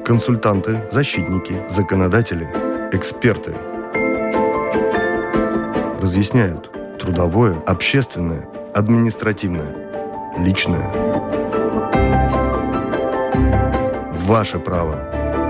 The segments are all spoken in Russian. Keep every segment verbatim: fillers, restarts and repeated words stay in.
Консультанты, защитники, законодатели, эксперты разъясняют трудовое, общественное, административное, личное. Ваше право.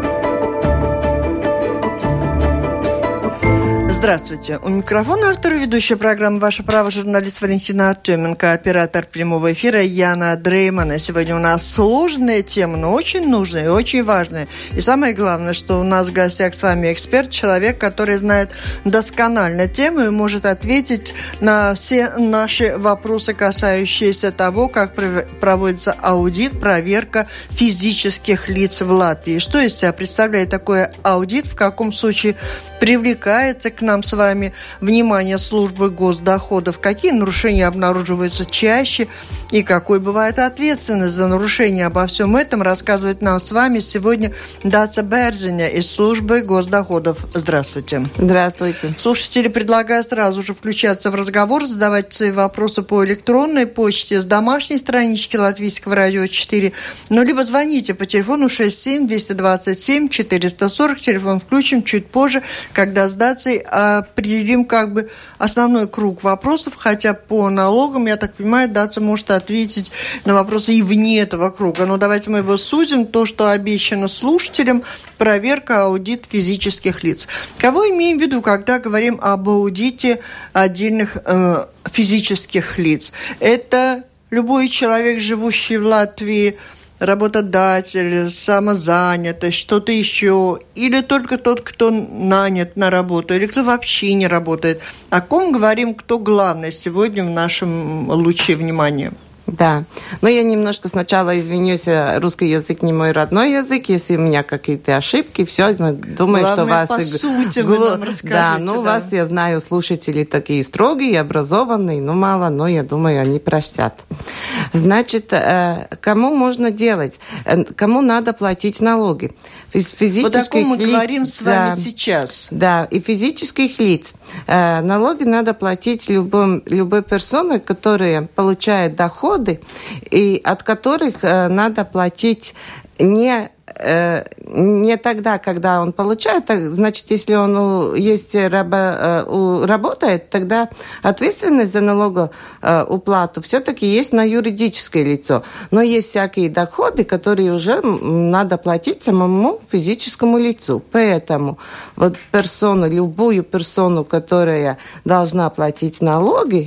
Здравствуйте. У микрофона автор и ведущая программы «Ваше право» журналист Валентина Артеменко, оператор прямого эфира Яна Дреймана. Сегодня у нас сложная тема, но очень нужная и очень важная. И самое главное, что у нас в гостях с вами эксперт, человек, который знает досконально тему и может ответить на все наши вопросы, касающиеся того, как проводится аудит, проверка физических лиц в Латвии. Что из себя представляет такой аудит, в каком случае привлекается к нам с вами внимание службы госдоходов, какие нарушения обнаруживаются чаще и какой бывает ответственность за нарушение. Обо всем этом рассказывает нам с вами сегодня Даца Берзиня из службы госдоходов. Здравствуйте. Здравствуйте. Слушатели, предлагаю сразу же включаться в разговор, задавать свои вопросы по электронной почте с домашней странички Латвийского радио четыре, ну, либо звоните по телефону шесть семь двести двадцать семь четыреста сорок. Телефон включим чуть позже, когда с Дацей определим как бы основной круг вопросов, хотя по налогам, я так понимаю, Даца может ответить на вопросы и вне этого круга. Но давайте мы его сузим. То, что обещано слушателям, проверка, аудит физических лиц. Кого имеем в виду, когда говорим об аудите отдельных э, физических лиц? Это любой человек, живущий в Латвии, работодатель, самозанятость, что-то еще, или только тот, кто нанят на работу, или кто вообще не работает. О ком говорим, кто главный сегодня в нашем луче внимания? Да, но я немножко сначала извинюсь, русский язык не мой родной язык, если у меня какие-то ошибки, все, думаю, главное, что вас... по сути вы нам расскажете. Да, ну, да. Вас, я знаю, слушатели такие строгие, образованные, ну, мало, но я думаю, они простят. Значит, кому можно делать? Кому надо платить налоги? Физических вот о ком мы лиц, говорим с вами да, сейчас. Да, и физических лиц. Налоги надо платить любым, любой персоне, которая получает доход, и от которых э, надо платить не, э, не тогда, когда он получает, так, значит, если он у, есть, раба, э, у, работает, тогда ответственность за налогоуплату все-таки есть на юридическое лицо. Но есть всякие доходы, которые уже надо платить самому физическому лицу. Поэтому вот персону, любую персону, которая должна платить налоги,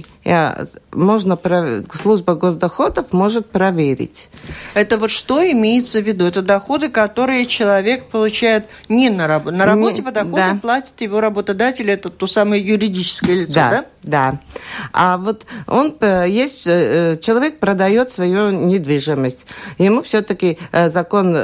можно, служба госдоходов может проверить. Это вот что имеется в виду? Это доходы, которые человек получает не на работе. На работе не, по доходу да. платит его работодатель, это то самое юридическое лицо, да? Да, да. А вот он, есть, человек продает свою недвижимость. Ему все-таки закон,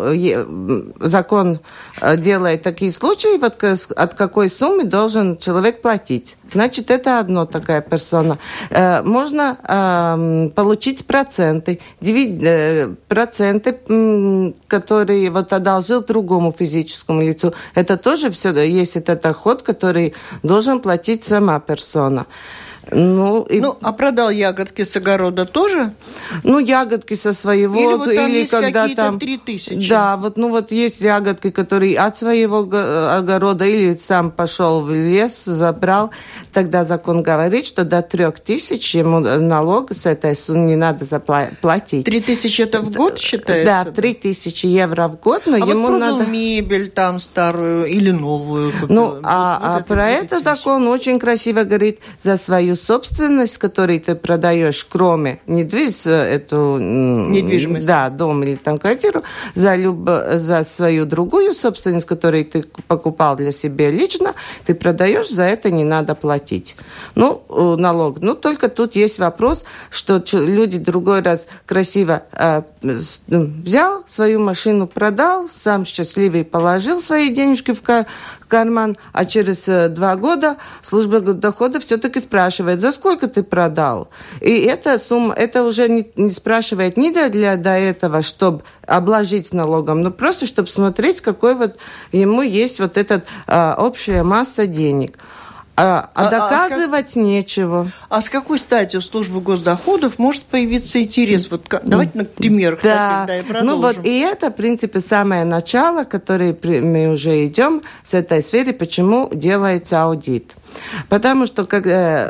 закон делает такие случаи, вот от какой суммы должен человек платить. Значит, это одно такая персона. Можно э, получить проценты, проценты, которые вот одолжил другому физическому лицу. Это тоже все, есть этот доход, который должен платить сама персона. Ну, и... ну, а продал ягодки с огорода тоже? Ну, ягодки со своего. Или вот там или есть когда какие-то там... три тысячи? Да, вот, ну, вот есть ягодки, которые от своего огорода или сам пошел в лес, забрал. Тогда закон говорит, что до трех тысяч ему налог с этой суммы не надо заплатить. Три тысячи это в год считается? Да, три тысячи евро в год, но а ему вот продал надо... мебель там старую или новую? Ну, вот, а, вот а это про это закон очень красиво говорит: за свою собственность, которую ты продаешь, кроме недвиж... эту, недвижимость, да, дом или там квартиру, за, люб... за свою другую собственность, которую ты покупал для себя лично, ты продаешь, за это не надо платить. Ну, налог. Ну, только тут есть вопрос, что люди другой раз красиво э, взял свою машину, продал, сам счастливый положил свои денежки в кар- карман, а через э, два года служба дохода все-таки спрашивает, за сколько ты продал. И эта сумма, это уже не, не спрашивает ни для, для до этого, чтобы обложить налогом, но просто, чтобы смотреть, какой вот ему есть вот эта э, общая масса денег. А, а, а доказывать а с как... нечего. А с какой стати у службы госдоходов может появиться интерес? Вот давайте на примерах да. таких, да, и продолжим. Ну вот и это, в принципе, самое начало, которое мы уже идем с этой сферы, почему делается аудит. Потому что как,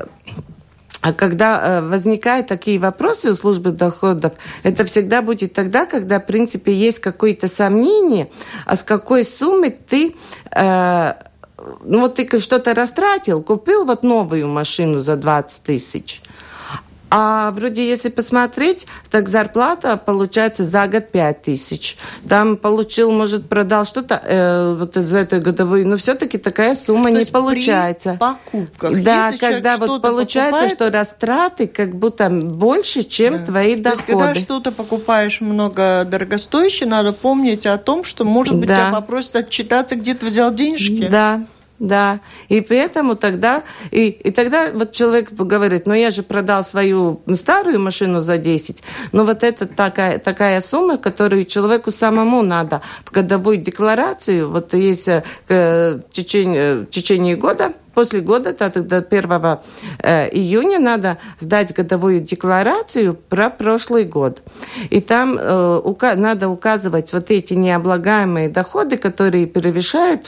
когда возникают такие вопросы у службы доходов, это всегда будет тогда, когда, в принципе, есть какое-то сомнение, а с какой суммы ты... Ну, вот ты что-то растратил, купил вот новую машину за двадцать тысяч. А вроде, если посмотреть, так зарплата получается за год пять тысяч. Там получил, может, продал что-то э, вот из этой годовой, но все-таки такая сумма то не получается. При покупках. Да, если когда вот получается, покупает... что растраты как будто больше, чем да. твои доходы. То есть, когда что-то покупаешь много дорогостоящее, надо помнить о том, что, может быть, да. тебя попросят отчитаться, где ты взял денежки. Да. Да, и поэтому тогда, и, и тогда вот человек говорит, ну я же продал свою старую машину за десять, но вот это такая, такая сумма, которую человеку самому надо в годовую декларацию, вот есть в течение, в течение года, после года, тогда первого июня надо сдать годовую декларацию про прошлый год. И там э, ука- надо указывать вот эти необлагаемые доходы, которые превышают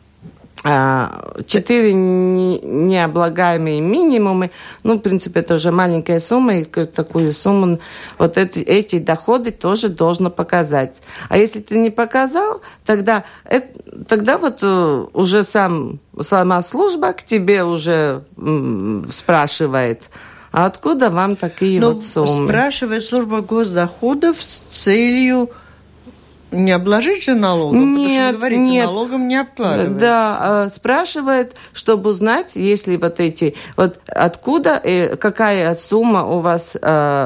четыре необлагаемые минимумы. Ну, в принципе, это уже маленькая сумма, и такую сумму, вот эти, эти доходы тоже должно показать. А если ты не показал, тогда, это, тогда вот уже сам, сама служба к тебе уже м, спрашивает, а откуда вам такие Но вот суммы? Спрашивает служба госдоходов с целью не обложить же налогом, нет, потому что вы говорите, нет. налогом не обкладывается. Да, спрашивает, чтобы узнать, если вот эти, вот откуда, какая сумма у вас,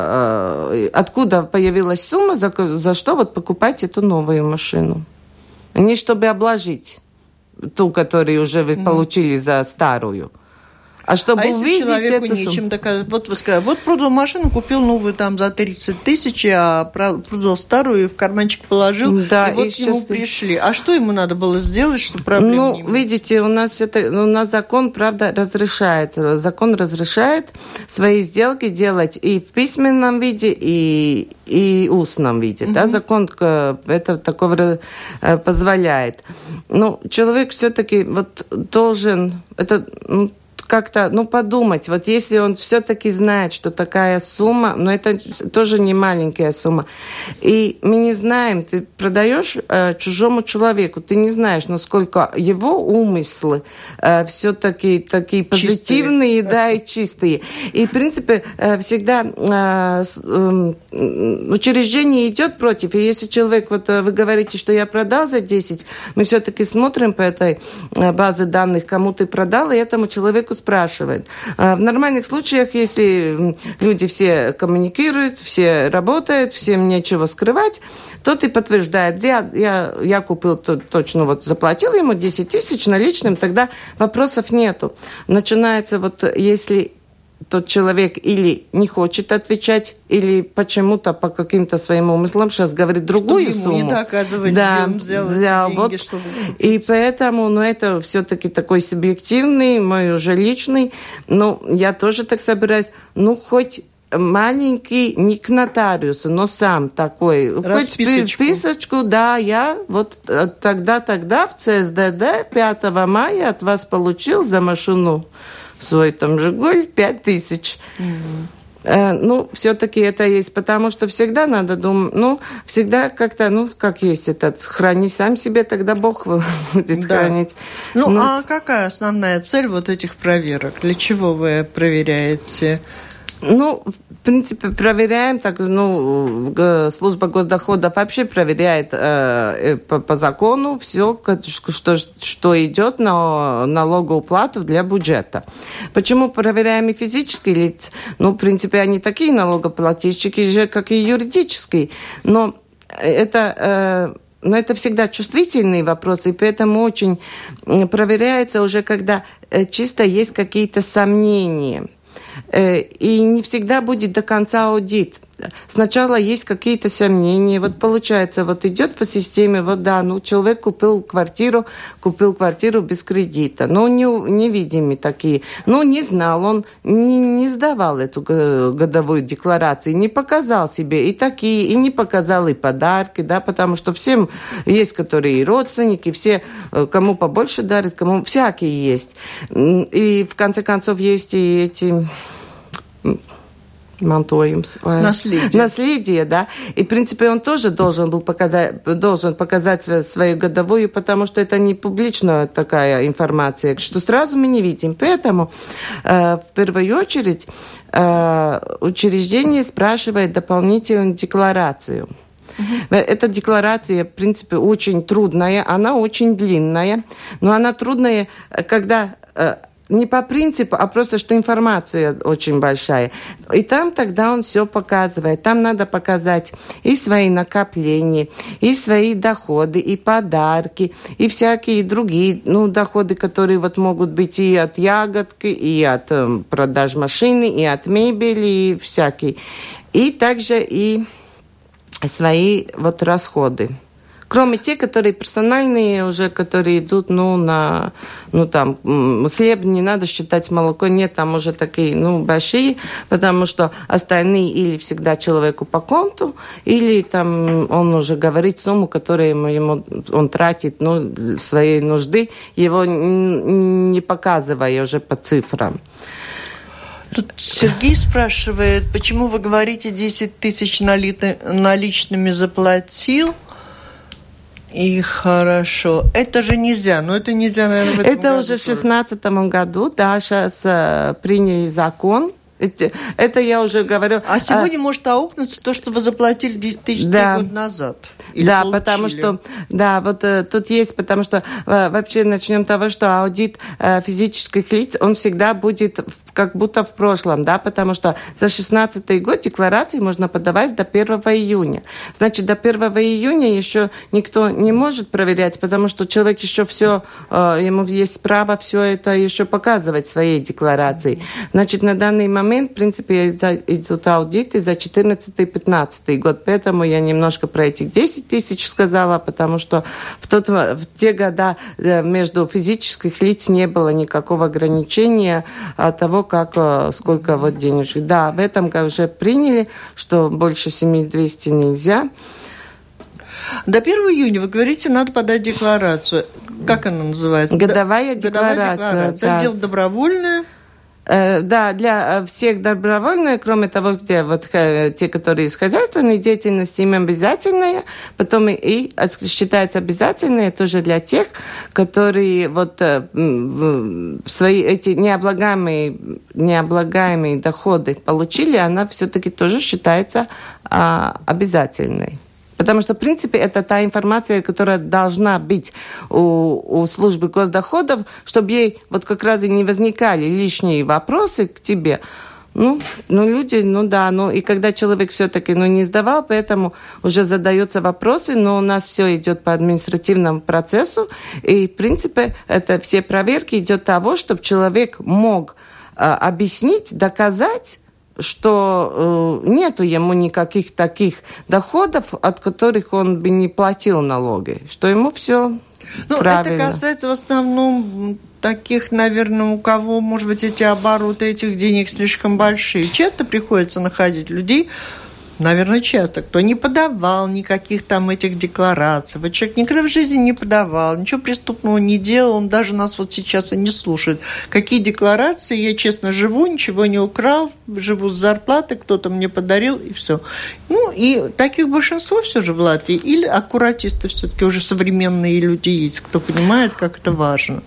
откуда появилась сумма, за, за что вот покупать эту новую машину. Не чтобы обложить ту, которую уже вы mm-hmm. получили за старую. А чтобы а если увидеть человеку это... нечем доказать? Вот вы сказали, вот продал машину, купил новую там за тридцать тысяч, а продал старую и в карманчик положил, да, и вот и ему пришли. А что ему надо было сделать, чтобы проблем ну, не было? видите, у нас, это, у нас закон, правда, разрешает. Закон разрешает свои сделки делать и в письменном виде, и, и устном виде. Mm-hmm. Да? Закон это такого позволяет. Ну, человек все-таки вот должен... Это, ну, как-то, ну, подумать, вот если он все-таки знает, что такая сумма, но это тоже не маленькая сумма, и мы не знаем, ты продаешь э, чужому человеку, ты не знаешь, насколько его умыслы э, все-таки такие позитивные, чистые. Да, и чистые. И, в принципе, э, всегда э, э, учреждение идет против, и если человек, вот вы говорите, что я продал за десять, мы все-таки смотрим по этой базе данных, кому ты продал, и этому человеку спрашивает. В нормальных случаях, если люди все коммуникируют, все работают, всем нечего скрывать, то ты подтверждает, я, я, я купил точно, вот заплатил ему десять тысяч наличным, тогда вопросов нету. Начинается вот, если тот человек или не хочет отвечать, или почему-то по каким-то своим умыслам сейчас говорит другую чтобы сумму. Ему не доказывать, да, где он взял, взял деньги, вот. чтобы купить. И поэтому, ну, это все-таки такой субъективный, мой уже личный. Ну, я тоже так собираюсь. Ну, хоть маленький, не к нотариусу, но сам такой. Расписочку. Хоть списочку, да, я вот тогда-тогда в ЦСДД пятого мая от вас получил за машину свой там «Жигуль» пять тысяч. Mm-hmm. Ну, все-таки это есть, потому что всегда надо думать, ну, всегда как-то, ну, как есть этот, храни сам себе, тогда Бог будет да. хранить. Ну, ну, а какая основная цель вот этих проверок? Для чего вы проверяете? Ну, в принципе, проверяем, так, ну, служба госдоходов вообще проверяет э, по, по закону все, что, что идет на налогоуплату для бюджета. Почему проверяем и физические лица? Ну, в принципе, они такие налогоплательщики же, как и юридические. Но это... Э, Но это всегда чувствительные вопросы, и поэтому очень проверяется уже, когда чисто есть какие-то сомнения. И не всегда будет до конца аудит. сначала есть какие-то сомнения. Вот получается, вот идет по системе, вот да, ну человек купил квартиру, купил квартиру без кредита, ну не, невидимые такие, ну не знал, он не, не сдавал эту годовую декларацию, не показал себе и такие, и не показал и подарки, да, потому что всем есть, которые и родственники, все, кому побольше дарят, кому всякие есть. И в конце концов есть и эти... Мантуемс. Наследие. Наследие, да. И, в принципе, он тоже должен был показать, должен показать свою годовую, потому что это не публичная такая информация, что сразу мы не видим. Поэтому, э, в первую очередь, э, учреждение спрашивает дополнительную декларацию. Uh-huh. Эта декларация, в принципе, очень трудная, она очень длинная, но она трудная, когда... Э, не по принципу, а просто, что информация очень большая. И там тогда он все показывает. Там надо показать и свои накопления, и свои доходы, и подарки, и всякие другие ну, доходы, которые вот могут быть и от ягодки, и от э, продаж машины, и от мебели, и всякие. И также и свои вот расходы. Кроме тех, которые персональные уже, которые идут, ну, на, ну, там, хлеб не надо считать, молоко нет, там уже такие, ну, большие, потому что остальные или всегда человеку по конту, или там он уже говорит сумму, которую ему, ему он тратит, ну, своей нужды, его не показывая уже по цифрам. Тут Сергей спрашивает, почему вы говорите десять тысяч наличными заплатил? И хорошо. Это же нельзя. Но это нельзя, наверное, в этом Это году уже в тоже. шестнадцатом году, да, сейчас э, приняли закон. Это, это я уже говорю. А сегодня а, может аукнуться то, что вы заплатили десять тысяч да. год назад. Или да, получили. Потому что, да, вот э, тут есть, потому что э, вообще начнем с того, что аудит э, физических лиц, он всегда будет в как будто в прошлом, да, потому что за шестнадцатый год декларации можно подавать до первого июня. Значит, до первого июня еще никто не может проверять, потому что человек еще все, ему есть право все это еще показывать в своей декларации. Значит, на данный момент, в принципе, идут аудиты за четырнадцатый-пятнадцатый год, поэтому я немножко про этих десять тысяч сказала, потому что в, тот, в те года между физических лиц не было никакого ограничения от того, как, сколько вот денежек. Да, в этом уже приняли, что больше семь тысяч двести нельзя. До первого июня, вы говорите, надо подать декларацию. Как она называется? Годовая декларация. Годовая декларация. Да. Это дело добровольное? Да, для всех добровольные, кроме того, где вот те, которые из хозяйственной деятельности, им обязательные, потом и считается обязательные тоже для тех, которые вот свои эти необлагаемые, необлагаемые доходы получили, она все-таки тоже считается обязательной. Потому что, в принципе, это та информация, которая должна быть у, у службы госдоходов, чтобы ей вот как раз и не возникали лишние вопросы к тебе. Ну, ну люди, ну да, ну и когда человек все-таки ну, не сдавал, поэтому уже задаются вопросы, но у нас все идет по административному процессу, и, в принципе, это все проверки идет того, чтобы человек мог э, объяснить, доказать, что э, нету ему никаких таких доходов, от которых он бы не платил налоги, что ему все ну, правильно. Это касается в основном таких, наверное, у кого, может быть, эти обороты этих денег слишком большие. Часто приходится находить людей, наверное, часто, кто не подавал никаких там этих деклараций. Вот человек никогда в жизни не подавал, ничего преступного не делал, он даже нас вот сейчас и не слушает. Какие декларации? Я честно живу, ничего не украл, живу с зарплаты, кто-то мне подарил, и все. Ну, и таких большинство все же в Латвии. Или аккуратисты все-таки уже современные люди есть, кто понимает, как это важно.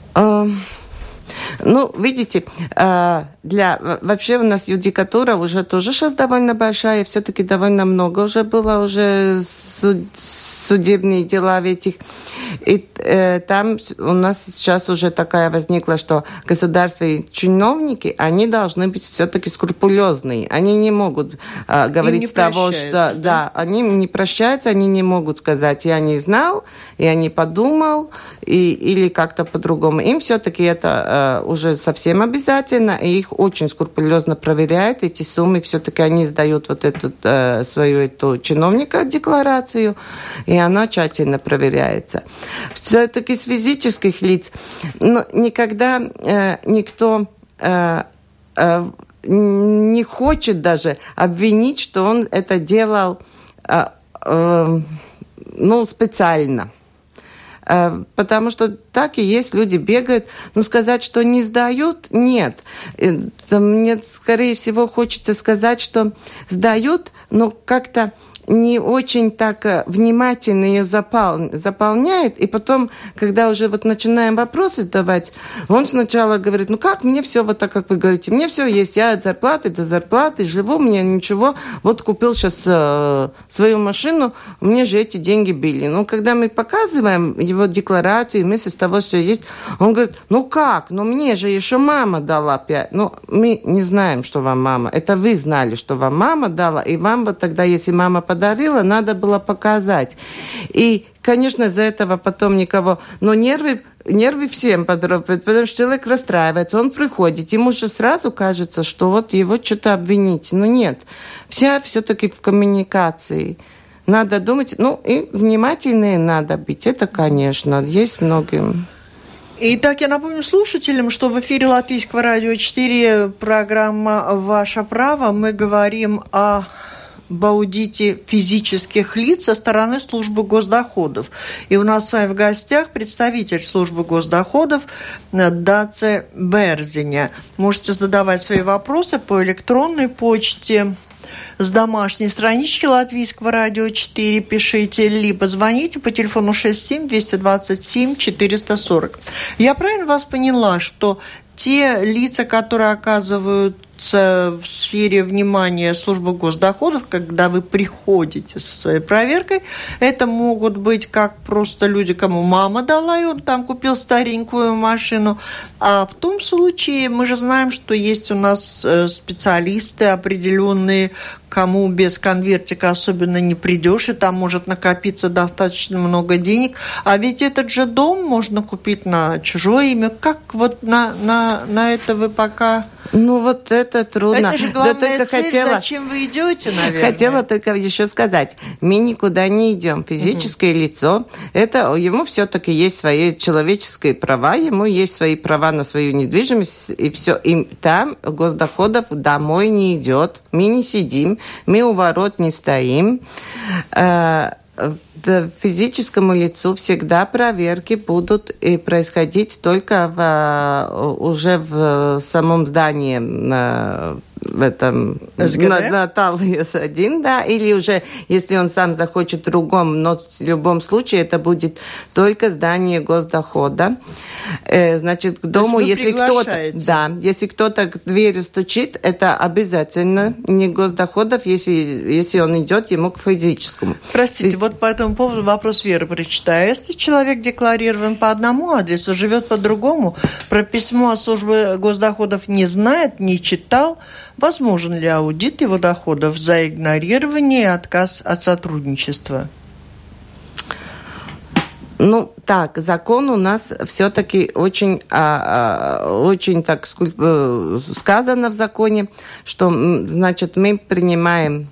Ну, видите, для вообще у нас юдикатура уже тоже сейчас довольно большая, все-таки довольно много уже было уже суд, судебные дела в этих. И э, там у нас сейчас уже такая возникла, что государственные чиновники, они должны быть все-таки скрупулезные. Они не могут э, говорить того, что... Да, да, они не прощаются, они не могут сказать, я не знал, я не подумал, и, или как-то по-другому. Им все-таки это э, уже совсем обязательно, и их очень скрупулезно проверяют. Эти суммы все-таки они сдают вот эту э, свою эту чиновника декларацию, и она тщательно проверяется. Все-таки с физических лиц ну, никогда э, никто э, э, не хочет даже обвинить, что он это делал э, э, ну, специально. Потому что так и есть, люди бегают. Но сказать, что не сдают, нет. Мне, скорее всего, хочется сказать, что сдают, но как-то не очень так внимательно ее запол... заполняет, и потом, когда уже вот начинаем вопросы задавать, он сначала говорит, ну как, мне все вот так, как вы говорите, мне все есть, я от зарплаты до зарплаты живу, мне ничего, вот купил сейчас э, свою машину, мне же эти деньги были. Но когда мы показываем его декларацию, мы с того, что есть, он говорит, ну как, ну мне же еще мама дала пять. Ну, мы не знаем, что вам мама, это вы знали, что вам мама дала, и вам вот тогда, если мама подарила, надо было показать. И, конечно, из-за этого потом никого... Но нервы, нервы всем подробят, потому что человек расстраивается, он приходит, ему же сразу кажется, что вот его что-то обвинить. Но нет, вся все-таки в коммуникации. Надо думать, ну и внимательнее надо быть. Это, конечно, есть многим... Итак, я напомню слушателям, что в эфире Латвийского радио четыре программа «Ваше право». Мы говорим о... об аудите физических лиц со стороны службы госдоходов. И у нас с вами в гостях представитель службы госдоходов Даце Берзиня. Можете задавать свои вопросы по электронной почте с домашней странички Латвийского радио четыре пишите, либо звоните по телефону шесть семь двести двадцать семь четыреста сорок. Я правильно вас поняла, что те лица, которые оказывают в сфере внимания службы госдоходов, когда вы приходите со своей проверкой, это могут быть как просто люди, кому мама дала, и он там купил старенькую машину. А в том случае мы же знаем, что есть у нас специалисты определенные, кому без конвертика особенно не придешь, и там может накопиться достаточно много денег. А ведь этот же дом можно купить на чужое имя. Как вот на, на, на это вы пока... Ну, вот это трудно. Это же главная да цель, хотела, зачем вы идете, наверное. Хотела только еще сказать, мы никуда не идем. Физическое угу. лицо, это, ему все-таки есть свои человеческие права, ему есть свои права на свою недвижимость, и все. И там госдоходов домой не идет, мы не сидим, мы у ворот не стоим. Физическому лицу всегда проверки будут и происходить только в, уже в самом здании, в этом на, на Таллиес один, да, или уже, если он сам захочет в другом, но в любом случае это будет только здание госдохода. Э, значит, к дому, если кто-то, да, если кто-то к двери стучит, это обязательно не госдоходов, если, если он идет ему к физическому. Простите, Физ... вот по этому поводу вопрос Веры прочитаю. Если человек декларирован по одному адресу, живет по другому, про письмо от службы госдоходов не знает, не читал, возможен ли аудит его доходов за игнорирование и отказ от сотрудничества? Ну, так, закон у нас все-таки очень, очень так сказано в законе, что, значит, мы принимаем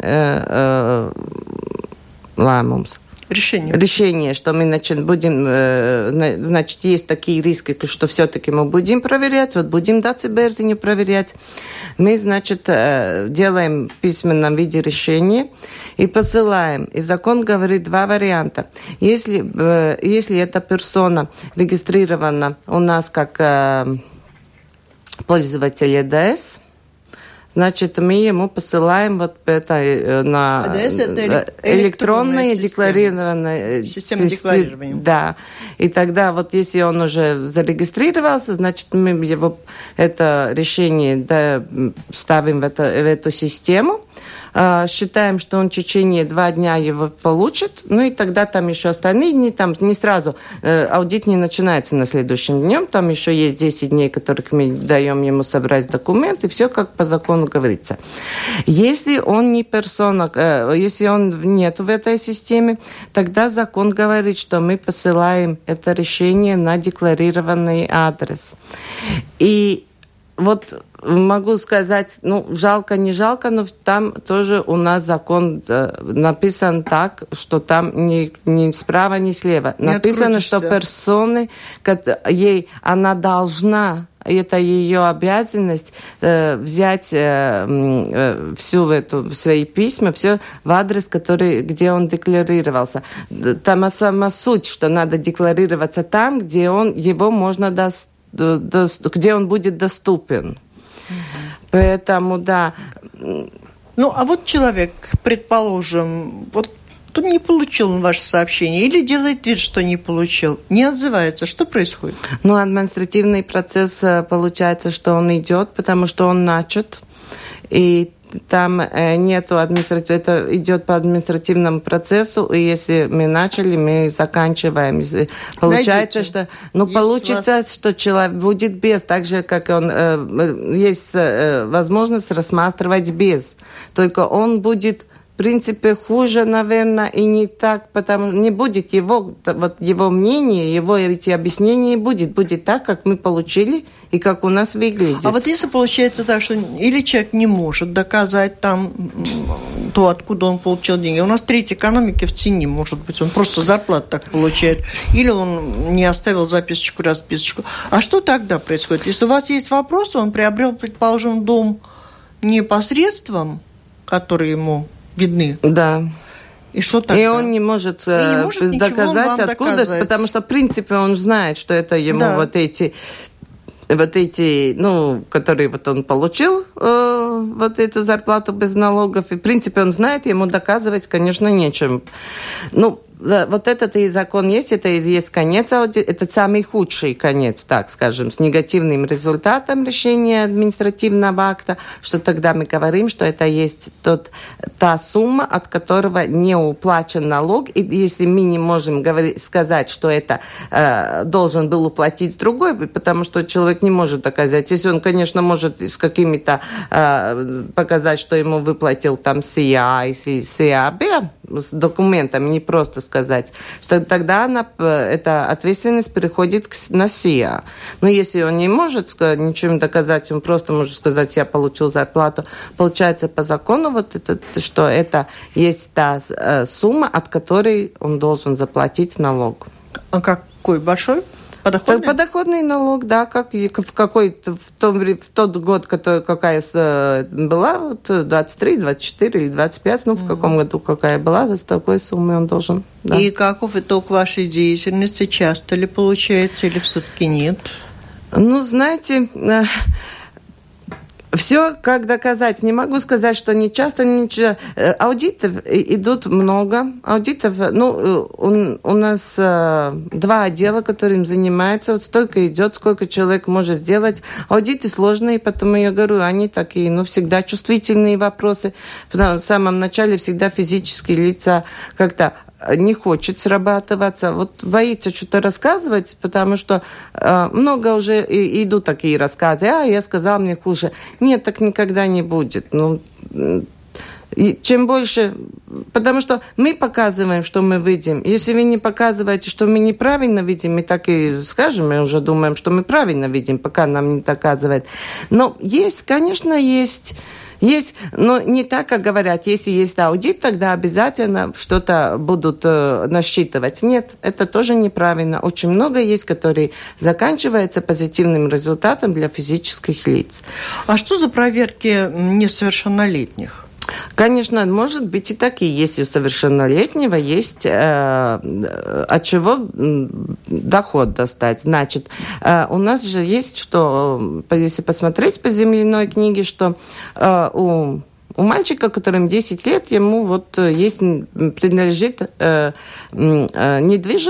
лēmums. Решение. Решение, что мы значит, будем, значит, есть такие риски, что все-таки мы будем проверять, вот будем Даце Берзиню проверять. Мы, значит, делаем в письменном виде решение и посылаем. И закон говорит два варианта. Если, если эта персона регистрирована у нас как пользователь и ди эс, значит, мы ему посылаем вот это на эй ди эс это электронная декларированная система декларирования. Да. И тогда вот если он уже зарегистрировался, значит, мы его это решение да, ставим в, это, в эту систему. считаем, что он в течение два дня его получит, ну и тогда там еще остальные дни, там не сразу, аудит не начинается на следующем днем, там еще есть десять дней, которых мы даем ему собрать документы, все как по закону говорится. Если он не персона, если он нет в этой системе, тогда закон говорит, что мы посылаем это решение на декларированный адрес. И вот могу сказать, ну, жалко, не жалко, но там тоже у нас закон э, написан так, что там ни, ни справа, ни слева. Не написано, что персоны, ей, она должна, это ее обязанность э, взять э, э, всю эту, свои письма, все в адрес, который, где он декларировался. Там сама суть, что надо декларироваться там, где он, его можно достать, где он будет доступен. Угу. Поэтому, да. Ну, а вот человек, предположим, вот не получил он ваше сообщение или делает вид, что не получил, не отзывается. Что происходит? Ну, административный процесс, получается, что он идет, потому что он начат, и там э, нету административного, это идет по административному процессу, и если мы начали, мы заканчиваем. Получается, Найдите. что, ну, есть получится, вас... что человек будет без, так же, как он, э, есть э, возможность рассматривать без, только он будет в принципе, хуже, наверное, и не так, потому что не будет его, вот его мнение, его эти объяснения будет, будет так, как мы получили и как у нас выглядит. А вот если получается так, что или человек не может доказать там то, откуда он получил деньги. У нас треть экономики в тени, может быть, он просто зарплату так получает, или он не оставил записочку, расписочку. А что тогда происходит? Если у вас есть вопросы, он приобрел, предположим, дом не посредством, которые ему видны. Да. И что тогда? И он не может, и не может доказать, откуда, доказать. Потому что, в принципе, он знает, что это ему да. вот эти, вот эти, ну, которые вот он получил, э, вот эту зарплату без налогов, и, в принципе, он знает, ему доказывать, конечно, нечем. Ну, вот этот и закон есть, это и есть конец, это самый худший конец, так скажем, с негативным результатом решения административного акта, что тогда мы говорим, что это есть тот, та сумма, от которого не уплачен налог, и если мы не можем говорить, сказать, что это э, должен был уплатить другой, потому что человек не может доказать, если он, конечно, может с какими-то э, показать, что ему выплатил там СИА и СИАБ, с документами, не просто сказать, что тогда она, эта ответственность переходит на СИА. Но если он не может сказать, ничем доказать, он просто может сказать, я получил зарплату, получается по закону, вот это, что это есть та э, сумма, от которой он должен заплатить налог. А какой большой? Подоходный? Подоходный налог, да, как в какой-то в, том, в тот год, который, какая была, вот двадцать три, двадцать четыре или двадцать пять, ну, в mm-hmm. каком году какая была, с такой суммой он должен. Да. И каков итог вашей деятельности? Часто ли получается или все-таки нет? Ну, знаете, все, как доказать. Не могу сказать, что не часто, ничего. Аудитов идут много. Аудитов, ну, у, у нас э, два отдела, которым занимаются. Вот столько идет, сколько человек может сделать. Аудиты сложные, потому я говорю, они такие, ну, всегда чувствительные вопросы. Потому в самом начале всегда физические лица как-то не хочет срабатываться, вот боится что-то рассказывать, потому что э, много уже и, идут такие рассказы, а я сказал, мне хуже. Нет, так никогда не будет. Ну, и чем больше, потому что мы показываем, что мы видим. Если вы не показываете, что мы неправильно видим, мы так и скажем, мы уже думаем, что мы правильно видим, пока нам не доказывают. Но есть, конечно, есть... Есть, но не так, как говорят, если есть аудит, тогда обязательно что-то будут э, насчитывать. Нет, это тоже неправильно. Очень много есть, которые заканчиваются позитивным результатом для физических лиц. А что за проверки несовершеннолетних? Конечно, может быть и такие. Если у совершеннолетнего есть э, от чего доход достать. Значит, э, у нас же есть, что, если посмотреть по земляной книге, что э, у У мальчика, которому десять лет, ему вот есть, принадлежит э, э, недвижимость,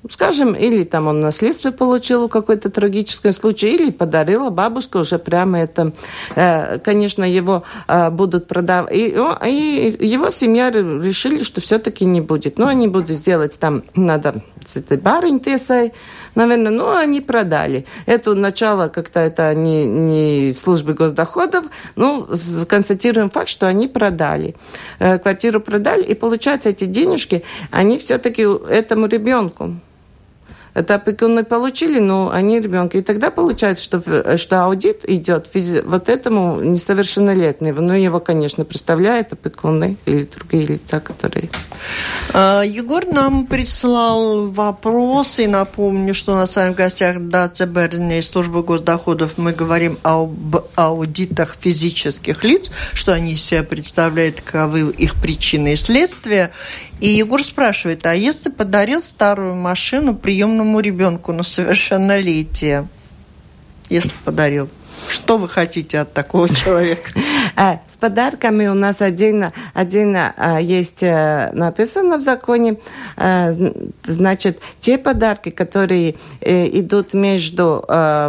Скажем, или там он наследство получил какой-то трагический случай, или подарила бабушка уже прямо это. Конечно, его будут продавать. И, и его семья решили, что все-таки не будет. Но они будут сделать там, надо с этой барынь-тесой, наверное, ну, они продали. Это начало как-то это не, не службы госдоходов, ну, констатируем факт, что они продали. Квартиру продали, и получается, эти денежки, они все-таки этому ребенку. Это опекуны получили, но они ребенки. И тогда получается, что, что аудит идет физи- вот этому несовершеннолетнему. Ну, его, конечно, представляют опекуны или другие лица, которые... Егор нам прислал вопросы. Напомню, что у нас с вами в гостях Даце Берни, служба госдоходов. Мы говорим об аудитах физических лиц, что они из себя представляют, каковы их причины и следствия. И Егор спрашивает, а если подарил старую машину приемному ребенку на совершеннолетие? Если подарил. Что вы хотите от такого человека? С подарками у нас отдельно, отдельно есть написано в законе, значит, те подарки, которые идут между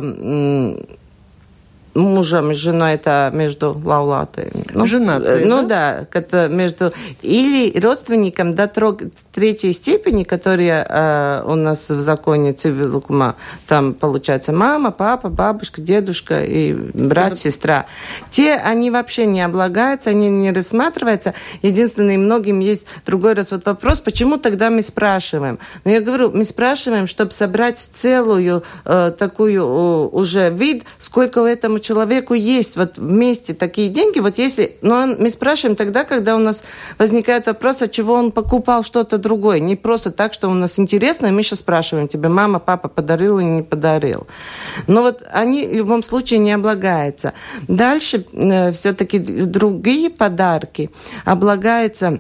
мужем и женой, это между лаулатами. Ну, Женатые, ну да? да, это между... Или родственникам до третьей степени, которые э, у нас в законе цивилукума, там получается мама, папа, бабушка, дедушка и брат, это... сестра. Те, они вообще не облагаются, они не рассматриваются. Единственное, многим есть другой раз вот вопрос, почему тогда мы спрашиваем? Но я говорю, мы спрашиваем, чтобы собрать целую э, такую э, уже вид, сколько у этого человеку есть вот вместе такие деньги, вот если, но мы спрашиваем тогда, когда у нас возникает вопрос, от чего он покупал что-то другое, не просто так, что у нас интересно, и мы сейчас спрашиваем тебе, мама, папа подарил или не подарил. Но вот они в любом случае не облагаются. Дальше э, все-таки другие подарки облагаются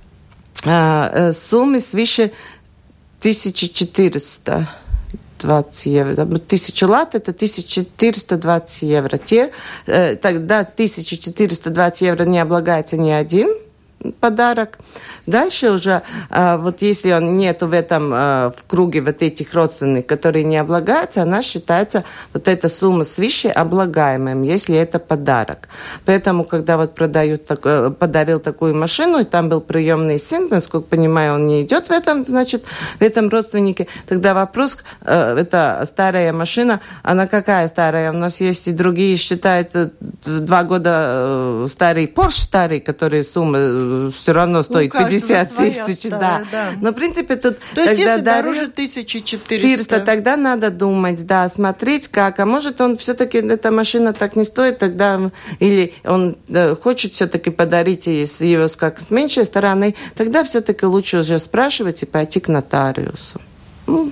э, э, суммы свыше тысяча четыреста двадцать евро. Тысяча лат – это тысяча четыреста двадцать евро. Те, э, тогда тысяча четыреста двадцать евро не облагается ни один подарок. Дальше уже, э, вот если он нету в этом, э, в круге вот этих родственников, которые не облагаются, она считается, вот эта сумма свыше облагаемым, если это подарок. Поэтому, когда вот продают, такой, подарил такую машину, и там был приемный сын, насколько понимаю, он не идет в этом, значит, в этом родственнике, тогда вопрос, э, это старая машина, она какая старая? У нас есть и другие, считают, два года э, старый Porsche старый, который сумма все равно стоит ну, пятьдесят тысяч. Да. Да. Но, в принципе, тут... То есть, если дороже тысяча четыреста. Тогда надо думать, да, смотреть как. А может, он все-таки, эта машина так не стоит, тогда... Или он да, хочет все-таки подарить ее как с меньшей стороны, тогда все-таки лучше уже спрашивать и пойти к нотариусу. Ну,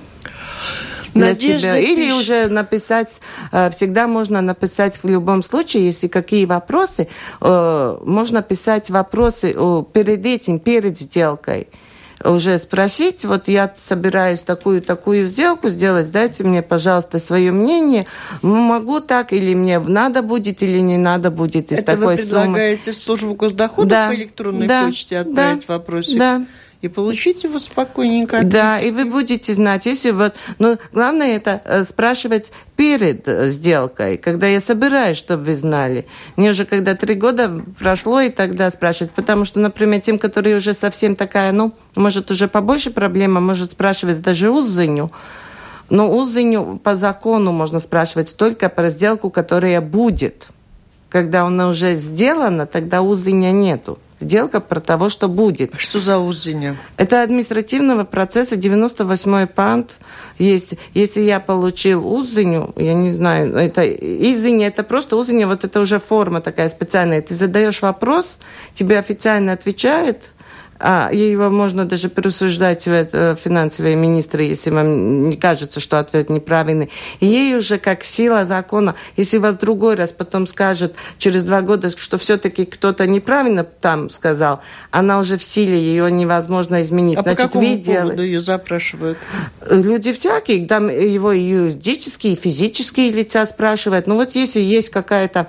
Надежда или пишет. Уже написать, всегда можно написать в любом случае, если какие вопросы, можно писать вопросы перед этим, перед сделкой. Уже спросить, вот я собираюсь такую-такую сделку сделать, дайте мне, пожалуйста, свое мнение, могу так, или мне надо будет, или не надо будет из Это такой суммы. Это вы предлагаете суммы. в службу госдохода да, по электронной да, почте отправить да, вопросик? Да. И получить его спокойненько. Ответить. Да, и вы будете знать, если вот... Но главное это спрашивать перед сделкой, когда я собираюсь, чтобы вы знали. Не уже когда три года прошло, и тогда спрашивать. Потому что, например, тем, которые уже совсем такая, ну, может, уже побольше проблема, может спрашивать даже узыню. Но узыню по закону можно спрашивать только про сделку, которая будет. Когда она уже сделана, тогда узыня нету. Сделка про того, что будет. Что за узыня? Это административного процесса девяносто восьмой пант. Есть. Если я получил узыню, я не знаю, это изыня, это просто узыня, вот это уже форма такая специальная. Ты задаешь вопрос, тебе официально отвечает, а его можно даже присуждать в финансовые министры, если вам не кажется, что ответ неправильный. И ей уже как сила закона, если вас другой раз потом скажет через два года, что все-таки кто-то неправильно там сказал, она уже в силе, ее невозможно изменить. А Значит, по какому вы поводу делаете... ее запрашивают? Люди всякие, там его юридические, физические лица спрашивают. Ну вот если есть какая-то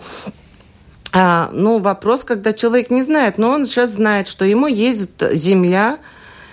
А, ну, вопрос, когда человек не знает, но он сейчас знает, что ему есть земля,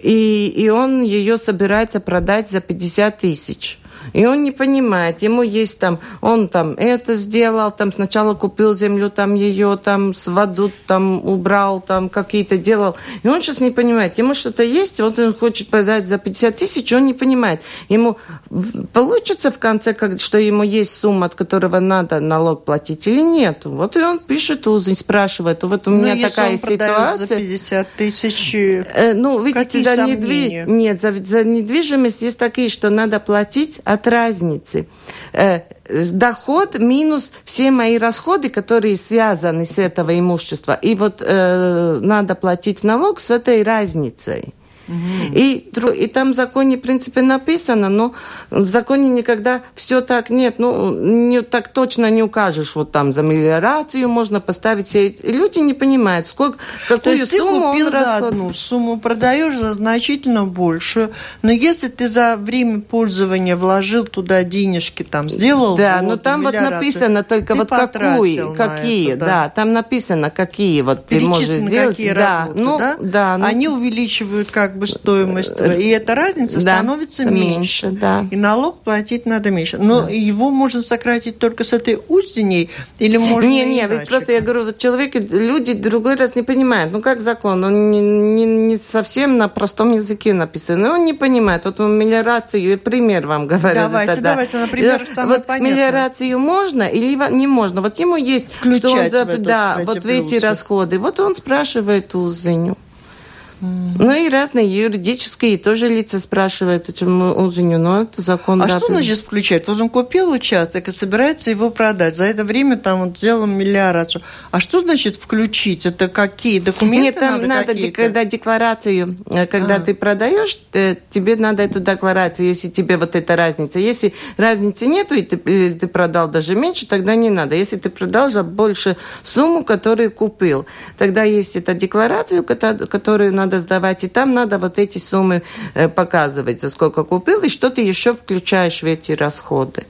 и, и он ее собирается продать за пятьдесят тысяч. И он не понимает, ему есть там, он там это сделал, там сначала купил землю, там ее там с воду там убрал, там какие-то делал. И он сейчас не понимает, ему что-то есть, вот он хочет продать за пятьдесят тысяч, он не понимает. Ему получится в конце, что ему есть сумма, от которого надо налог платить или нет. Вот и он пишет узы, спрашивает, вот у меня ну, такая если он ситуация. За пятьдесят тысяч. Э, ну, видите, за, недвиж... Нет, за, за недвижимость есть такие, что надо платить от разницы. Э, доход минус все мои расходы, которые связаны с этого имущества. И вот э, надо платить налог с этой разницей. Mm-hmm. И, и там в законе, в принципе, написано, но в законе никогда все так нет. Ну, не, так точно не укажешь. Вот там за мелиорацию можно поставить. И люди не понимают, сколько, какую То есть сумму ты купил он за расход... одну сумму, продаешь за значительно большую. Но если ты за время пользования вложил туда денежки, там, сделал... Да, но там вот написано только вот какую, какие. Это, да. да, там написано, какие вот ты можешь сделать. Какие да, работы, ну, да? да ну... Они увеличивают как бы стоимость, и эта разница да, становится меньше. меньше да. И налог платить надо меньше. Но да. его можно сократить только с этой узденей, или можно не, не, ведь просто я говорю, вот человек, люди другой раз не понимают. Ну, как закон? Он не, не, не совсем на простом языке написан. Но он не понимает. Вот мелиорацию, пример вам говорю. Давайте, тогда. давайте, например, самое вот понятное. Мелиорацию можно или не можно? Вот ему есть... Включать что он, в эту, да, в эти вот в эти расходы. Вот он спрашивает у Зеню. Mm-hmm. Ну и разные юридические тоже лица спрашивают, почему узеню, но это закон. А да, что значит включать? Вот он купил участок и собирается его продать. За это время там вот сделал мелиорацию. А что значит включить? Это какие документы? Нет, там надо, надо когда декларацию, когда а. ты продаешь, тебе надо эту декларацию, если тебе вот эта разница. Если разницы нету, и ты, или ты продал даже меньше, тогда не надо. Если ты продал за больше сумму, которую купил, тогда есть эта декларация, которую надо сдавать, и там надо вот эти суммы э, показывать, за сколько купил, и что ты еще включаешь в эти расходы.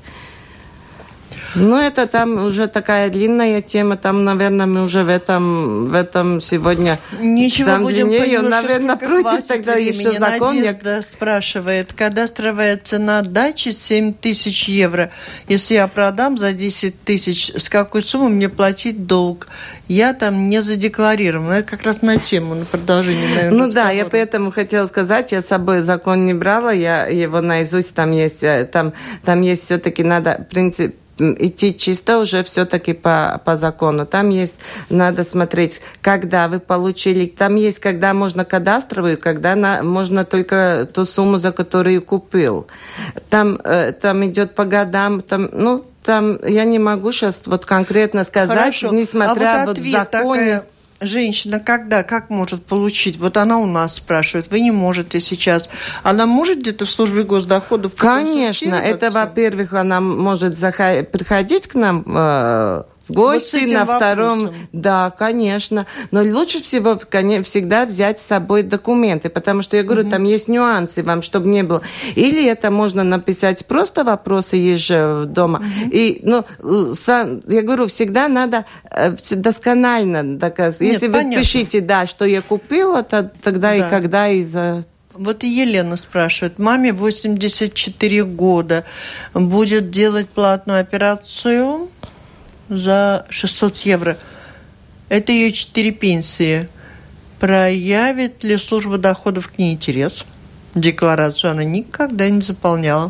Ну, это там уже такая длинная тема, там, наверное, мы уже в этом, в этом сегодня... Ничего, там будем длиннее, понимать, наверное, против тогда времени. еще закон. Надежда я... спрашивает, кадастровая цена дачи семь тысяч евро. Если я продам за десять тысяч, с какой суммы мне платить долг? Я там не задекларирована. Это как раз на тему, на продолжение, наверное, Ну разговора. Да, я поэтому хотела сказать, я с собой закон не брала, я его наизусть, там есть, там, там есть все-таки надо, в принципе, идти чисто уже все-таки по, по закону. Там есть, надо смотреть, когда вы получили, там есть, когда можно кадастровую, когда на, можно только ту сумму, за которую купил. Там, э, там идет по годам, там, ну, там я не могу сейчас вот конкретно сказать, Хорошо. несмотря а вот, вот в законе. Такая... Женщина когда, как может получить? Вот она у нас спрашивает, вы не можете сейчас. Она может где-то в службе госдоходов Конечно, это, во-первых, она может заходить, приходить к нам э, в гости вот на втором... вопросом. Да, конечно. Но лучше всего всегда взять с собой документы, потому что, я говорю, угу. там есть нюансы вам, чтобы не было. Или это можно написать просто вопросы есть же дома. Угу. И, ну, сам, я говорю, всегда надо досконально доказать. Нет, если понятно. Вы пишите, да, что я купила, то, тогда да. и когда и за... Вот и Елена спрашивает, маме восемьдесят четыре года, будет делать платную операцию за шестьсот евро. Это ее четыре пенсии. Проявит ли служба доходов к ней интерес? Декларацию она никогда не заполняла.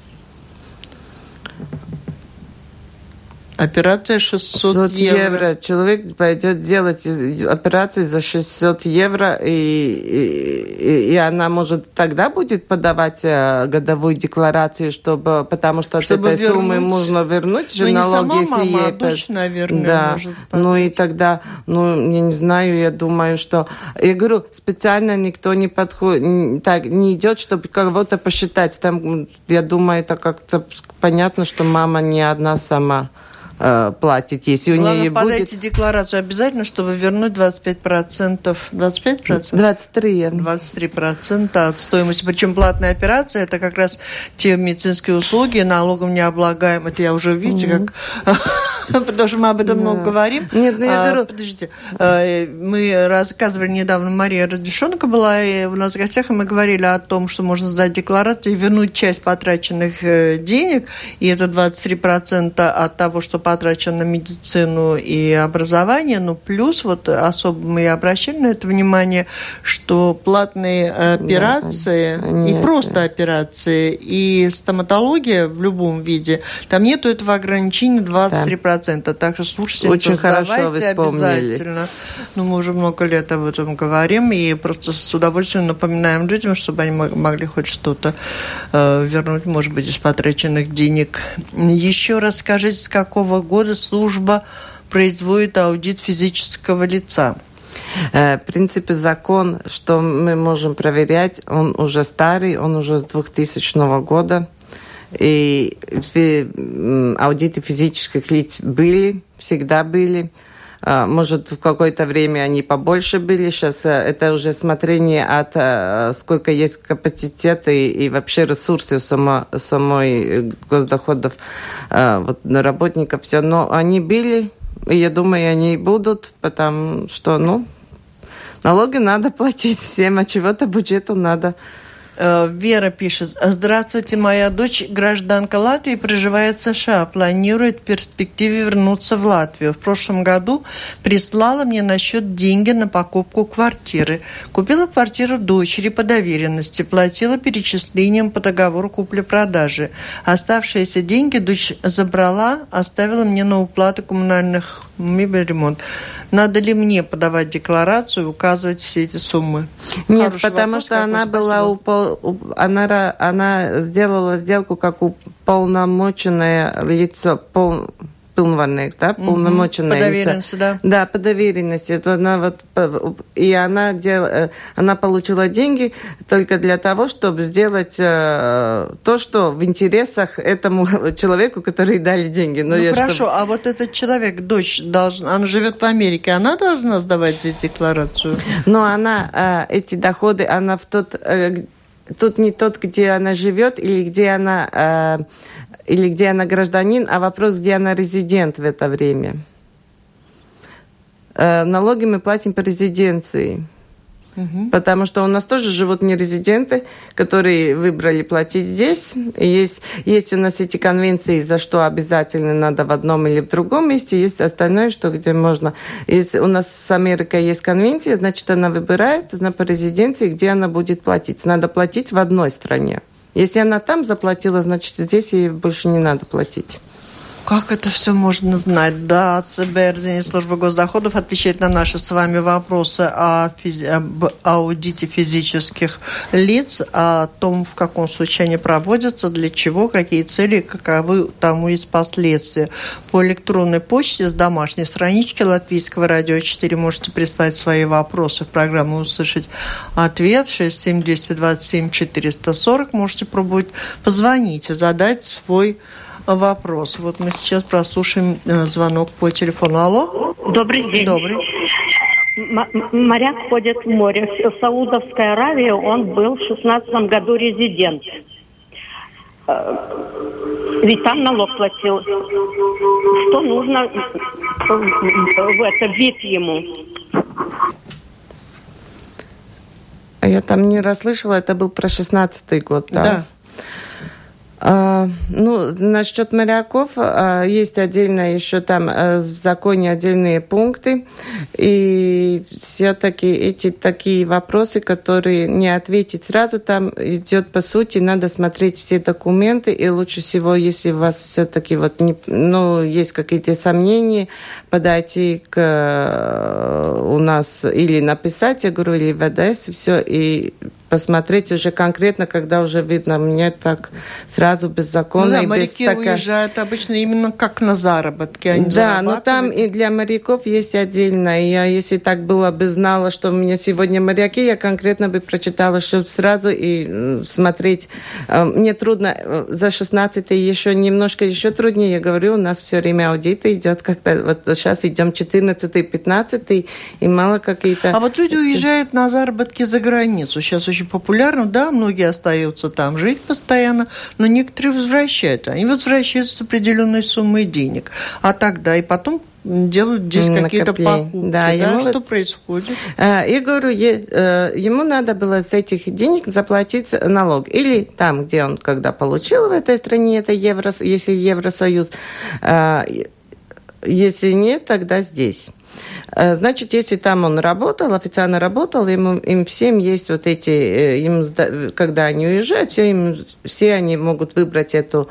Операция шестьсот евро. евро. Человек пойдет делать операцию за шестьсот евро, и, и, и она может тогда будет подавать годовую декларацию, чтобы, потому что чтобы от этой вернуть. Суммы можно вернуть же налог, не сама если мама, ей... а дочь, наверное, да. может подать. Ну и тогда, ну, я не знаю, я думаю, что... Я говорю, специально никто не подходит, так, не идет, чтобы кого-то посчитать. Там, я думаю, это как-то понятно, что мама не одна сама э, платит. Если у Главное, нее подайте будет... декларацию обязательно, чтобы вернуть двадцать пять процентов. двадцать пять процентов? двадцать три. двадцать три процента от стоимости. Причем платная операция – это как раз те медицинские услуги, налогом не облагаем. Это я уже, видите, mm-hmm. как... Потому что мы об этом много говорим. Нет, ну я говорю... Подождите. Мы рассказывали недавно, Мария Радишонка была у нас в гостях, и мы говорили о том, что можно сдать декларацию и вернуть часть потраченных денег, и это двадцать три процента от того, что потрачено на медицину и образование. Ну, плюс, вот особо мы обращали на это внимание, что платные операции, да, и нет, просто операции, и стоматология в любом виде, там нету этого ограничения двадцать три процента. Да. Так что слушайте, сдавайте обязательно. Ну, мы уже много лет об этом говорим, и просто с удовольствием напоминаем людям, чтобы они могли хоть что-то э, вернуть, может быть, из потраченных денег. Еще раз скажите, с какого года служба производит аудит физического лица? В принципе, закон, что мы можем проверять, он уже старый, он уже с двухтысячного года. И аудиты физических лиц были, всегда были. Может, в какое-то время они побольше были. Сейчас это уже смотрение от сколько есть капацитета и, и вообще ресурсов само, самой госдоходов вот, на работников. Все. Но они были, и я думаю, они будут, потому что, ну, налоги надо платить всем, а чего-то бюджету надо. Вера пишет: здравствуйте, моя дочь гражданка Латвии, проживает в США, планирует в перспективе вернуться в Латвию. В прошлом году прислала мне на счет деньги на покупку квартиры. Купила квартиру дочери по доверенности, платила перечислением по договору купли-продажи. Оставшиеся деньги дочь забрала, оставила мне на уплату коммунальных мебель, ремонт. Надо ли мне подавать декларацию и указывать все эти суммы? Нет, Хороший потому вопрос, что она спасибо. была упол... она, она сделала сделку как уполномоченное лицо, пол... полномоченное, да, полномоченное по лицо. доверенности, да? Да, по доверенности. Это она вот, и она, дел... она получила деньги только для того, чтобы сделать э, то, что в интересах этому человеку, который дали деньги. Но ну я, хорошо, чтобы... а вот этот человек, дочь, должна, она живет в Америке, она должна сдавать здесь декларацию? Но она, э, эти доходы, она в тот... Э, тут не тот, где она живет или где она... Э, или где она гражданин, а вопрос, где она резидент в это время. Э, налоги мы платим по резиденции. Угу. Потому что у нас тоже живут нерезиденты, которые выбрали платить здесь. И есть, есть у нас эти конвенции, за что обязательно надо в одном или в другом месте. Есть остальное, что где можно. Если у нас с Америкой есть конвенция, значит, она выбирает она по резиденции, где она будет платить. Надо платить в одной стране. Если она там заплатила, значит, здесь ей больше не надо платить. Как это все можно знать? Да, ЦБ, служба госдоходов, отвечает на наши с вами вопросы о физи- об аудите физических лиц, о том, в каком случае они проводятся, для чего, какие цели, каковы тому есть последствия. По электронной почте с домашней странички Латвийского радио четыре можете прислать свои вопросы в программу «Услышать ответ» шесть семь два два семь четыре сорок. Можете пробовать позвонить и задать свой вопрос. Вот мы сейчас прослушаем э, звонок по телефону. Алло? Добрый день. Добрый. М- моряк ходит в море. В Саудовской Аравии он был в шестнадцатом году резидент. Ведь там налог платил. Что нужно в это вид ему? Я там не расслышала, это был про шестнадцатый год, да? Да. А, ну, насчет моряков а, есть отдельно еще там а, в законе отдельные пункты, и все-таки эти такие вопросы, которые не ответить сразу, там идет по сути, надо смотреть все документы, и лучше всего, если у вас все-таки вот не, ну, есть какие-то сомнения, подойти к у нас или написать, я говорю, или в ВДС, и все, и посмотреть уже конкретно, когда уже видно, мне так сразу сразу беззаконно. Ну да, и моряки без така... уезжают обычно именно как на заработки, они Да, но там и для моряков есть отдельно. И я, если так было бы знала, что у меня сегодня моряки, я конкретно бы прочитала, чтобы сразу и смотреть. Мне трудно, за шестнадцатый еще немножко еще труднее. Я говорю, у нас все время аудит идет как-то. Вот сейчас идем четырнадцатый, пятнадцатый, и мало какие-то... А вот люди уезжают на заработки за границу. Сейчас очень популярно, да, многие остаются там жить постоянно, но некоторые возвращаются. Они возвращаются с определенной суммой денег. А тогда и потом делают здесь какие-то покупки. Да, да? Что вот... происходит? Я говорю, ему надо было с этих денег заплатить налог. Или там, где он когда получил в этой стране, это евро, если Евросоюз. Если нет, тогда здесь. Значит, если там он работал, официально работал, ему, им всем есть вот эти, им, когда они уезжают, все, им, все они могут выбрать эту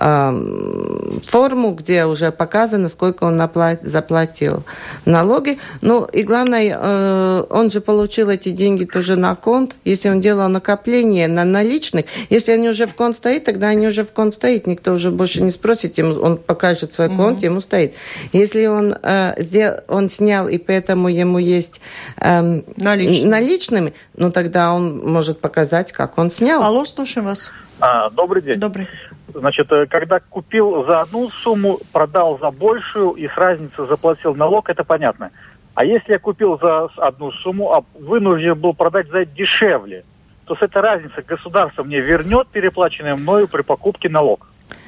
э, форму, где уже показано, сколько он наплат, заплатил налоги. Ну, и главное, э, он же получил эти деньги тоже на конт. Если он делал накопление на наличных, если они уже в конт стоит, тогда они уже в конт стоит. Никто уже больше не спросит, ему, он покажет свой конт, mm-hmm. ему стоит. Если он, э, сделал, он снял, и поэтому ему есть эм, наличными. наличными, ну тогда он может показать, как он снял. Алло, слушаем вас. А, добрый день. Добрый. Значит, когда купил за одну сумму, продал за большую и с разницы заплатил налог, это понятно. А если я купил за одну сумму, а вынужден был продать за дешевле, то с этой разницы государство мне вернет переплаченный мною при покупке налог?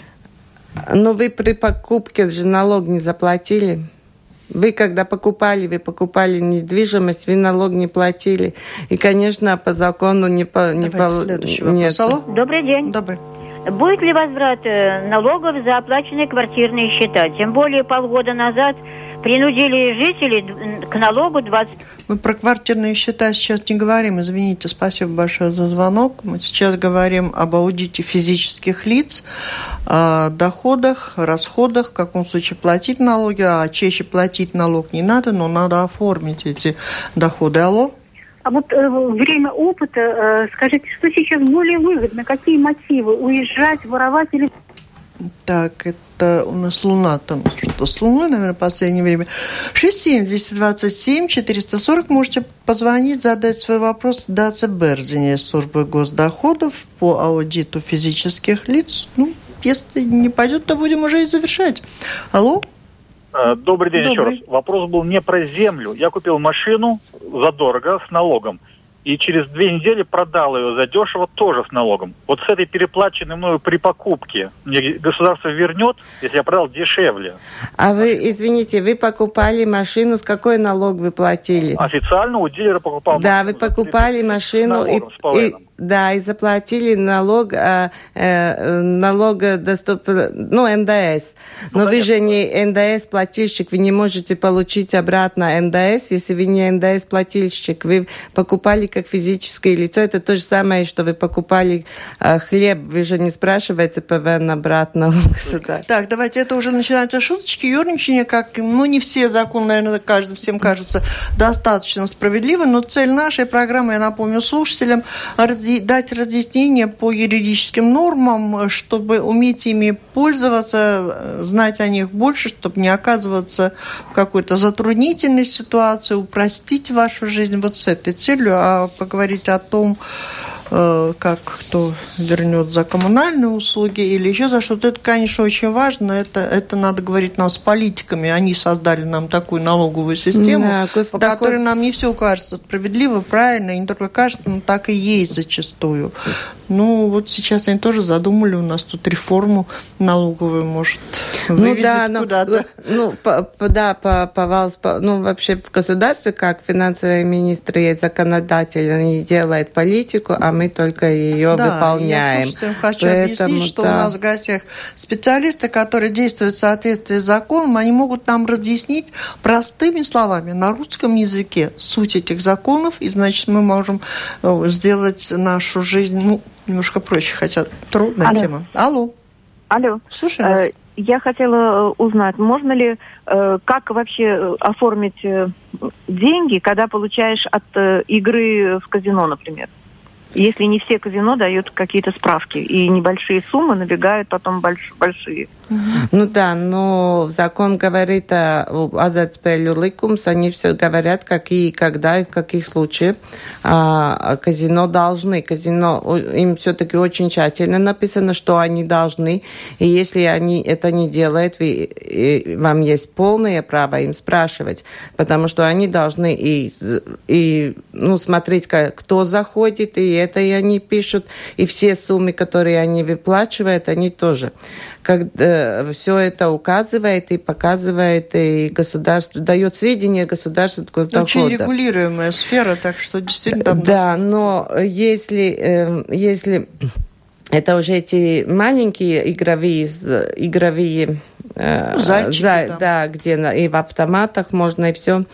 Но вы при покупке же налог не заплатили. Вы, когда покупали, вы покупали недвижимость, вы налог не платили. И, конечно, по закону не... По, не по... следующий вопрос. Нет. Алло? Добрый день. Добрый. Будет ли возврат налогов за оплаченные квартирные счета? Тем более полгода назад принудили жителей к налогу двадцать... Мы про квартирные счета сейчас не говорим. Извините, спасибо большое за звонок. Мы сейчас говорим об аудите физических лиц, о доходах, расходах, в каком случае платить налоги, а чаще платить налог не надо, но надо оформить эти доходы. Алло? А вот э, время опыта, э, скажите, что сейчас более выгодно? Какие мотивы? Уезжать, воровать или... Так, это у нас Луна, там что-то с Луной, наверное, в последнее время. шесть семь двести двадцать семь четыреста сорок. Можете позвонить, задать свой вопрос Даце Берзине из службы госдоходов по аудиту физических лиц. Ну, если не пойдет, то будем уже и завершать. Алло? Добрый день. Добрый. Еще раз. Вопрос был не про землю. Я купил машину задорого с налогом. И через две недели продал ее задешево тоже с налогом. Вот с этой переплаченной мною при покупке мне государство вернет, если я продал дешевле. А вы, извините, вы покупали машину, с какой налог вы платили? Официально у дилера покупал да, машину. Да, вы покупали машину и, и, да, и заплатили налог, э, э, налог доступ, ну, эн дэ эс. Но ну, вы же не эн дэ эс-плательщик, вы не можете получить обратно эн дэ эс, если вы не эн дэ эс-плательщик. Вы покупали как физическое лицо. Это то же самое, что вы покупали э, хлеб. Вы же не спрашиваете пэ вэ эн обратно у государства. Так, давайте, это уже начинаются шуточки, ерничание, как, ну, не все законы, наверное, каждый, всем кажутся достаточно справедливы, но цель нашей программы, я напомню слушателям, дать разъяснение по юридическим нормам, чтобы уметь ими пользоваться, знать о них больше, чтобы не оказываться в какой-то затруднительной ситуации, упростить вашу жизнь вот с этой целью, а поговорить о том, как кто вернет за коммунальные услуги или еще за что-то. Это, конечно, очень важно. Это, это надо говорить нам с политиками. Они создали нам такую налоговую систему, да, по которой нам не все кажется справедливо, правильно, и не только кажется, но так и есть зачастую. Ну, вот сейчас они тоже задумали у нас тут реформу налоговую, может, выведет ну, да, куда-то. Ну, по, по, да, по, по, по, ну, вообще в государстве, как финансовые министры и законодатели, они делают политику, а мы только ее да, выполняем. Я хочу Поэтому, объяснить, что да. у нас в гостях специалисты, которые действуют в соответствии с законом, они могут нам разъяснить простыми словами на русском языке суть этих законов, и, значит, мы можем сделать нашу жизнь, ну, немножко проще, хотя трудная Алло. тема. Алло. Алло. Слушаю вас. Я хотела узнать, можно ли, как вообще оформить деньги, когда получаешь от игры в казино, например? если не все казино дают какие-то справки, и небольшие суммы набегают потом больш, большие. Ну да, но закон говорит о азартспēļu likums, они все говорят, какие, когда и в каких случаях а, казино должны. Казино, им все-таки очень тщательно написано, что они должны, и если они это не делают, вы, вам есть полное право им спрашивать, потому что они должны и, и ну, смотреть, кто заходит, и это и они пишут, и все суммы, которые они выплачивают, они тоже. Когда все это указывает и показывает, и государство дает сведения государству от госдохода. Очень регулируемая сфера, так что действительно там... Да, но если, если это уже эти маленькие игровые, игровые ну, зайчики, за, да, где и в автоматах можно, и все.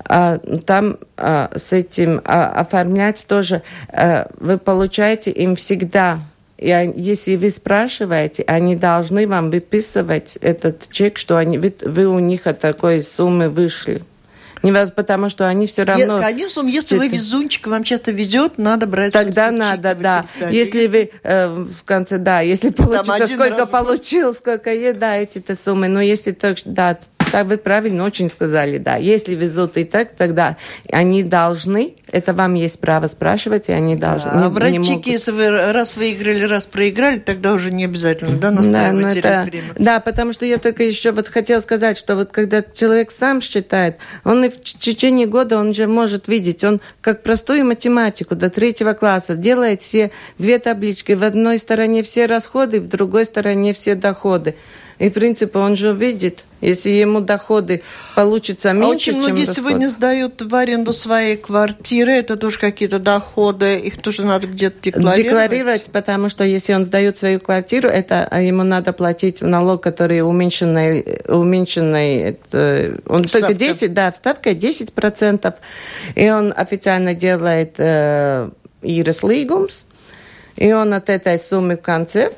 Там с этим оформлять тоже вы получаете им всегда. И если вы спрашиваете, они должны вам выписывать этот чек, что они, вы, вы у них от такой суммы вышли. Не вас, потому что они все равно... Одним словом, если вы везунчик, вам часто везет, надо брать... Тогда надо, да. Если вы э, в конце, да, если получится, сколько получил, сколько есть, да, эти-то суммы. Но если так, да, так вы правильно очень сказали, да. Если везут и так, тогда они должны, это вам есть право спрашивать, и они должны... Да, а брать чеки, могут... если вы раз выиграли, раз проиграли, тогда уже не обязательно, да, настаивать, да, терять это... время. Да, потому что я только еще вот хотела сказать, что вот когда человек сам считает, он и в течение года он же может видеть, он как простую математику до третьего класса делает все две таблички, в одной стороне все расходы, в другой стороне все доходы. И, в принципе, он же видит, если ему доходы получатся меньше, а очень чем многие расходы. Сегодня сдают в аренду свои квартиры, это тоже какие-то доходы, их тоже надо где-то декларировать. Декларировать, потому что если он сдает свою квартиру, это ему надо платить налог, который уменьшенный, уменьшенный это, он ставка. Только десять, да, ставка десять процентов, и он официально делает э, īres līgums, и он от этой суммы в конце,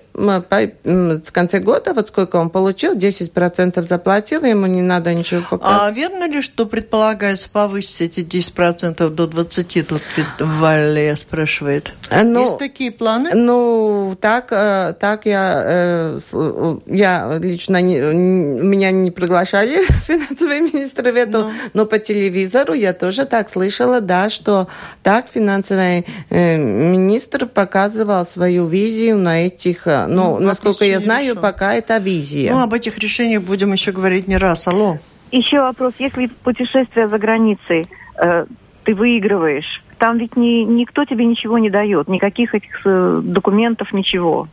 в конце года, вот сколько он получил, десять процентов заплатил, ему не надо ничего показывать. А верно ли, что предполагается повысить эти десять процентов до двадцати процентов, тут Валерия спрашивает? Ну, есть такие планы? Ну, так, так я, я лично, не, меня не приглашали финансовые министры в это, но. но по телевизору я тоже так слышала, да, что так финансовый министр показывал свою визию на этих... Но, ну, насколько я знаю, решен. Пока это визия. Ну, об этих решениях будем еще говорить не раз. Алло. Еще вопрос. Если путешествие за границей э, ты выигрываешь, там ведь ни, никто тебе ничего не дает, никаких этих э, документов, ничего.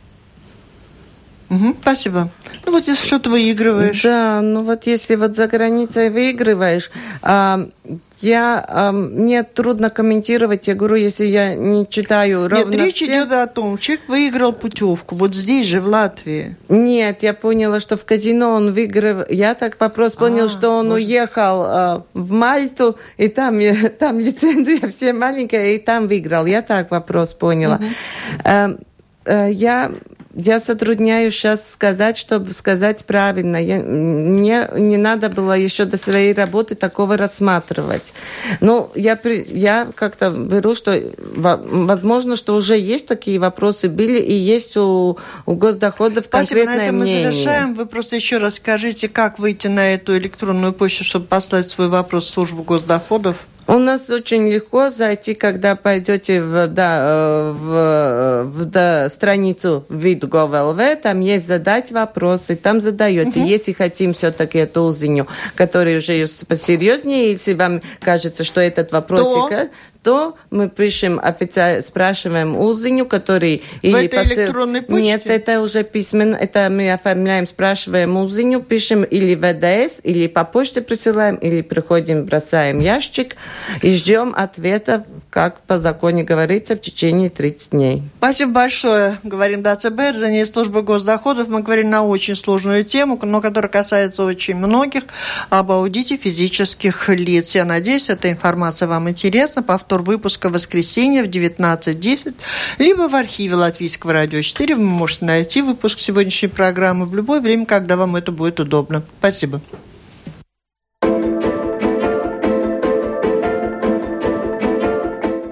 Угу, спасибо. Ну, вот если что-то выигрываешь. Да, ну вот если вот за границей выигрываешь, а, я, а, мне трудно комментировать, я говорю, если я не читаю ровно. Нет, речь все... идет о том, человек выиграл путевку, вот здесь же, в Латвии. Нет, я поняла, что в казино он выиграл. Я так вопрос понял, а, что он может... уехал а, в Мальту, и там, там лицензия все маленькая, и там выиграл. Я так вопрос поняла. Угу. А, а, я... Я затрудняюсь сейчас сказать, чтобы сказать правильно. Я, мне не надо было еще до своей работы такого рассматривать. Но я, я как-то беру, что возможно, что уже есть такие вопросы, были и есть у, у госдоходов конкретное мнение. Спасибо, на этом мы завершаем. Вы просто еще раз скажите, как выйти на эту электронную почту, чтобы послать свой вопрос в службу госдоходов? У нас очень легко зайти, когда пойдете в, да, в, в да, страницу vidgov.lv, там есть задать вопросы, там задаете. Uh-huh. Если хотим все-таки эту узыню, который уже посерьезнее, если вам кажется, что этот вопросик... То? то мы пишем, официально спрашиваем узыню, который... В или этой посыл... электронной почте? Нет, это уже письменно, это мы оформляем, спрашиваем узыню, пишем или в ВДС, или по почте присылаем, или приходим, бросаем ящик и ждем ответа, как по закону говорится, в течение тридцати дней. Спасибо большое. Говорим ДЦБ, за службы госдоходов. Мы говорим на очень сложную тему, но которая касается очень многих, об аудите физических лиц. Я надеюсь, эта информация вам интересна. Повтор выпуска в воскресенье в девятнадцать десять, либо в архиве Латвийского радио четыре. Вы можете найти выпуск сегодняшней программы в любое время, когда вам это будет удобно. Спасибо.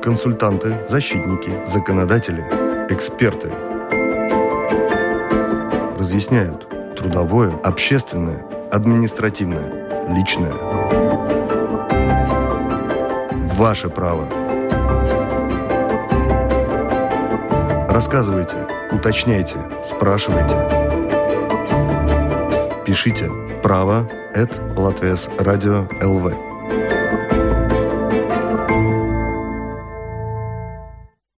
Консультанты, защитники, законодатели, эксперты разъясняют трудовое, общественное, административное, личное. Ваше право. Рассказывайте, уточняйте, спрашивайте. Пишите право эт латвияс радио точка эл ви.